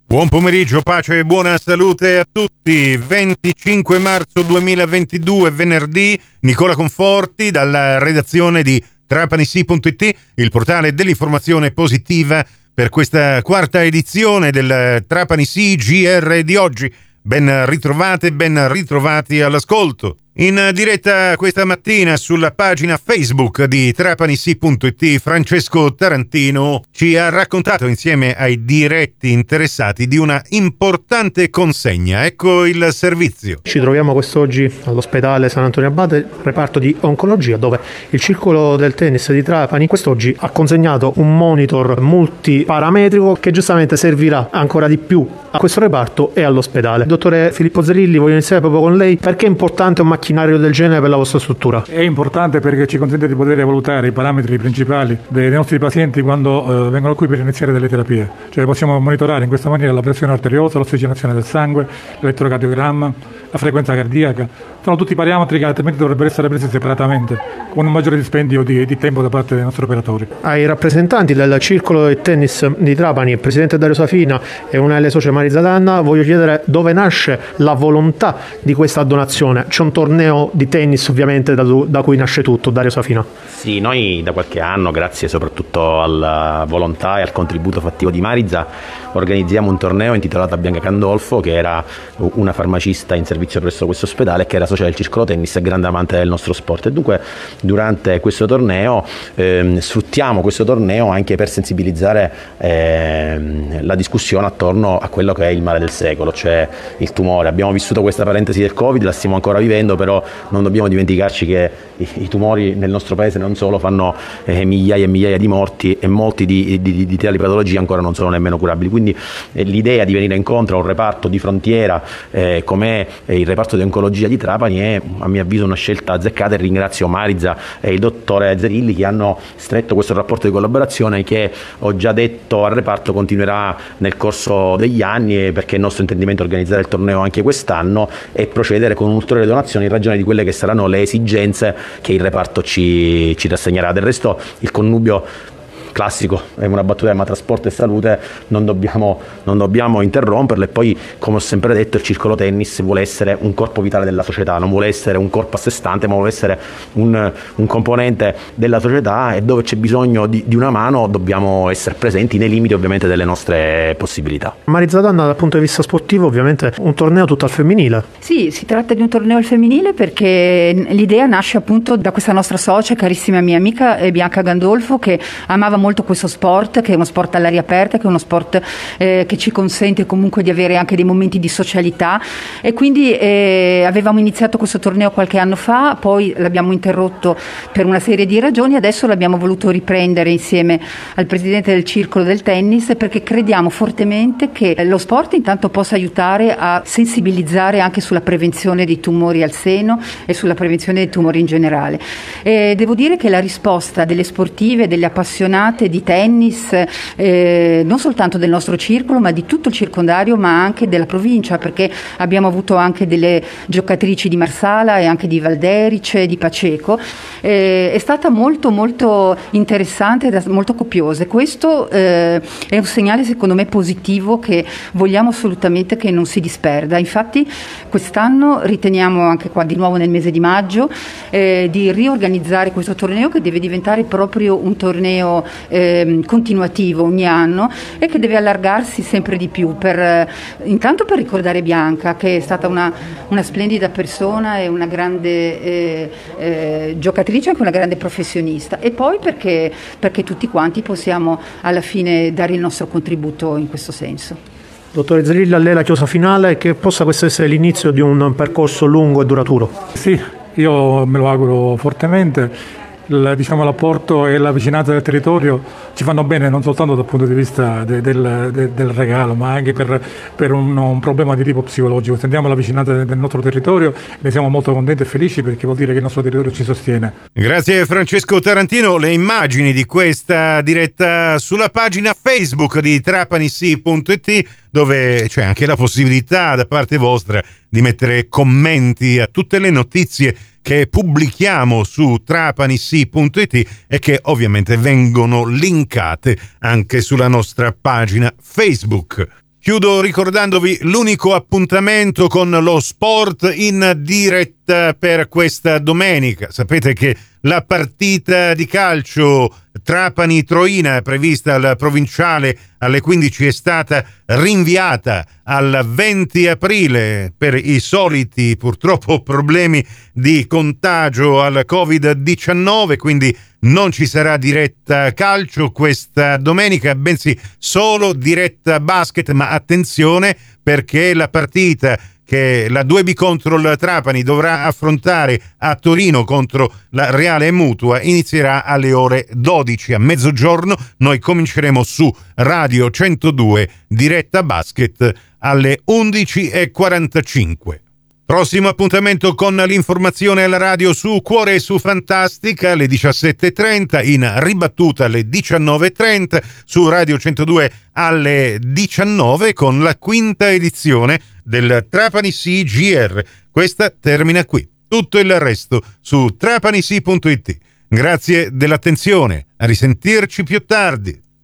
Buon pomeriggio, pace e buona salute a tutti. 25 marzo 2022, venerdì, Nicola Conforti dalla redazione di TrapaniSì.it, il portale dell'informazione positiva per questa quarta edizione del Trapani Sì GR di oggi. Ben ritrovate, ben ritrovati all'ascolto. In diretta questa mattina sulla pagina Facebook di TrapaniSì.it, Francesco Tarantino ci ha raccontato insieme ai diretti interessati di una importante consegna. Ecco il servizio. Ci troviamo quest'oggi all'ospedale San Antonio Abate, reparto di oncologia, dove il Circolo del Tennis di Trapani quest'oggi ha consegnato un monitor multiparametrico che giustamente servirà ancora di più a questo reparto e all'ospedale. Dottore Filippo Zerilli, voglio iniziare proprio con lei. Perché è importante un macchinario del genere per la vostra struttura? È importante perché ci consente di poter valutare i parametri principali dei nostri pazienti quando vengono qui per iniziare delle terapie. Cioè possiamo monitorare in questa maniera la pressione arteriosa, l'ossigenazione del sangue, l'elettrocardiogramma, la frequenza cardiaca. Sono tutti parametri che altrimenti dovrebbero essere presi separatamente, con un maggiore dispendio di tempo da parte dei nostri operatori. Ai rappresentanti del Circolo del Tennis di Trapani, il presidente Dario Safina e una delle socie Marisa Danna, voglio chiedere dove nasce la volontà di questa donazione. C'è un torneo di tennis ovviamente da cui nasce tutto, Dario Safina. Sì, noi da qualche anno, grazie soprattutto alla volontà e al contributo fattivo di Marisa, organizziamo un torneo intitolato a Bianca Gandolfo, che era una farmacista in servizio presso questo ospedale e che era socia del Circolo Tennis e grande amante del nostro sport. E dunque durante questo torneo sfruttiamo questo torneo anche per sensibilizzare la discussione attorno a quello che è il male del secolo, cioè il tumore. Abbiamo vissuto questa parentesi del Covid, la stiamo ancora vivendo, però non dobbiamo dimenticarci che i tumori nel nostro paese non solo fanno migliaia e migliaia di morti, e molti di tali patologie ancora non sono nemmeno curabili. Quindi l'idea di venire incontro a un reparto di frontiera come il reparto di oncologia di Trapani è, a mio avviso, una scelta azzeccata, e ringrazio Marisa e il dottore Zerilli che hanno stretto questo rapporto di collaborazione che, ho già detto al reparto, continuerà nel corso degli anni, perché è il nostro intendimento organizzare il torneo anche quest'anno e procedere con un'ulteriore donazione in ragione di quelle che saranno le esigenze che il reparto ci rassegnerà. Del resto il connubio classico è una battuta, ma trasporto e salute non dobbiamo interromperlo. E poi, come ho sempre detto, il Circolo Tennis vuole essere un corpo vitale della società, non vuole essere un corpo a sé stante, ma vuole essere un componente della società, e dove c'è bisogno di una mano dobbiamo essere presenti nei limiti ovviamente delle nostre possibilità. Marisa Danna, dal punto di vista sportivo, ovviamente un torneo tutto al femminile. Sì, si tratta di un torneo al femminile perché l'idea nasce appunto da questa nostra socia, carissima mia amica Bianca Gandolfo, che amava molto questo sport, che è uno sport all'aria aperta, che è uno sport che ci consente comunque di avere anche dei momenti di socialità, e quindi avevamo iniziato questo torneo qualche anno fa, poi l'abbiamo interrotto per una serie di ragioni, adesso l'abbiamo voluto riprendere insieme al presidente del Circolo del Tennis, perché crediamo fortemente che lo sport intanto possa aiutare a sensibilizzare anche sulla prevenzione dei tumori al seno e sulla prevenzione dei tumori in generale. Devo dire che la risposta delle sportive, delle appassionate di tennis, non soltanto del nostro circolo, ma di tutto il circondario, ma anche della provincia, perché abbiamo avuto anche delle giocatrici di Marsala e anche di Valderice, di Paceco, è stata molto molto interessante e molto copiosa. Questo è un segnale secondo me positivo, che vogliamo assolutamente che non si disperda. Infatti quest'anno riteniamo, anche qua di nuovo nel mese di maggio, di riorganizzare questo torneo, che deve diventare proprio un torneo continuativo ogni anno, e che deve allargarsi sempre di più, intanto per ricordare Bianca, che è stata una splendida persona e una grande giocatrice, anche una grande professionista, e poi perché tutti quanti possiamo alla fine dare il nostro contributo in questo senso. Dottore Zerilli, a lei la chiosa finale, che possa questo essere l'inizio di un percorso lungo e duraturo. Sì, io me lo auguro fortemente. L'apporto e la vicinanza del territorio ci fanno bene, non soltanto dal punto di vista del regalo, ma anche per un problema di tipo psicologico. Sentiamo la vicinanza del nostro territorio, ne siamo molto contenti e felici, perché vuol dire che il nostro territorio ci sostiene. Grazie Francesco Tarantino. Le immagini di questa diretta sulla pagina Facebook di TrapaniSì.it, dove c'è anche la possibilità da parte vostra di mettere commenti a tutte le notizie che pubblichiamo su TrapaniSì.it e che ovviamente vengono linkate anche sulla nostra pagina Facebook. Chiudo ricordandovi l'unico appuntamento con lo sport in diretta per questa domenica. Sapete che la partita di calcio Trapani-Troina prevista al provinciale alle 15 è stata rinviata al 20 aprile per i soliti purtroppo problemi di contagio al Covid-19, quindi non ci sarà diretta calcio questa domenica, bensì solo diretta basket, ma attenzione perché la partita che la 2B contro il Trapani dovrà affrontare a Torino contro la Reale Mutua inizierà alle ore 12 a mezzogiorno. Noi cominceremo su Radio 102 diretta basket alle 11:45. Prossimo appuntamento con l'informazione alla radio su Cuore e su Fantastica alle 17:30, in ribattuta alle 19:30 su Radio 102 alle 19 con la quinta edizione del Trapani CGR. Questa termina qui. Tutto il resto su trapanisi.it. Grazie dell'attenzione. A risentirci più tardi.